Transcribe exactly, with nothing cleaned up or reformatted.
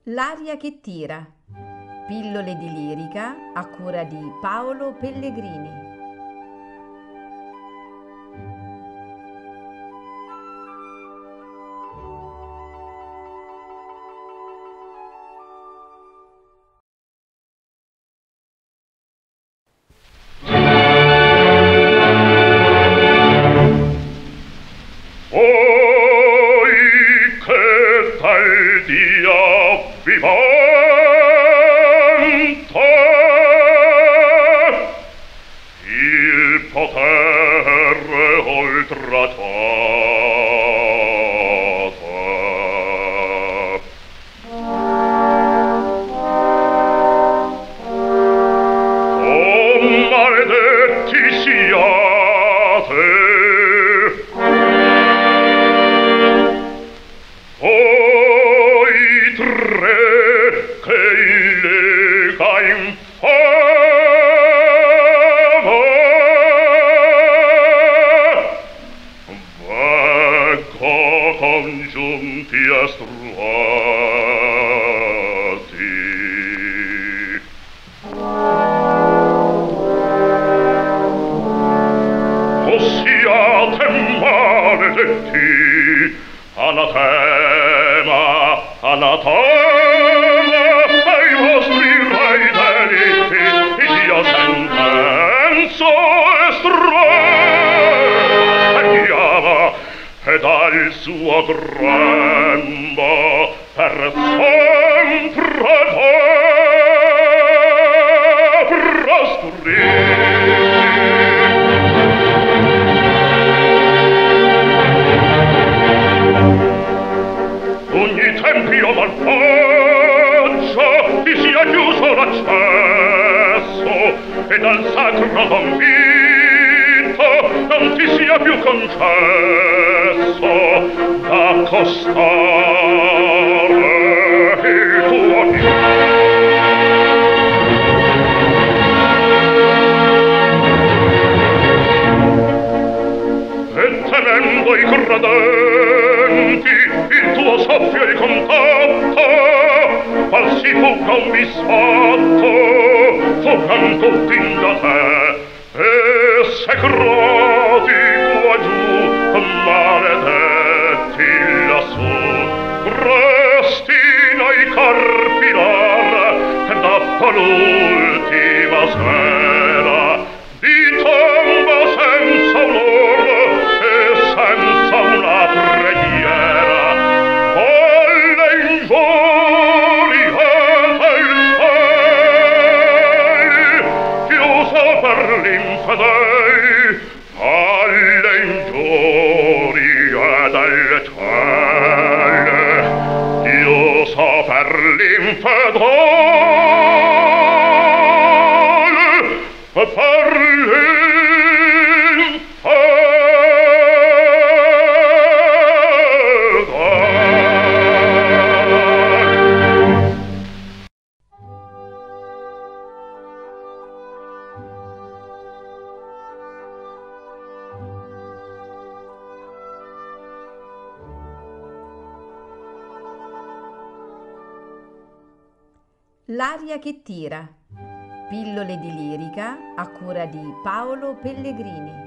L'aria che tira. Pillole di lirica a cura di Paolo Pellegrini. Vivente il potere oltraggiato, oh maledetti siate, che lega infame veggo congiunti astruati, o siate maledetti, anatema, anatema ai vostri rei delitti, io sentenzo estrema e dal suo grembo per sempre proscurrire. Ogni tempio malvagio ti sia chiuso l'accesso e dal sacro convito non ti sia più concesso d'accostare il tuo piede. E temendo i gradenti il tuo soffio e il contatto, qual si fugga un misfatto, fuggan tutti da te, e se crodi qua giù, maledetti lassù, restina i carpilar dopo l'ultima sera di tomba senza onor e senza una preghiera. Alle ingiurie del ciel chiuso per l'infedel, alle ingiurie del ciel chiuso per l'infedel, per l'infedel. L'aria che tira. Pillole di lirica a cura di Paolo Pellegrini.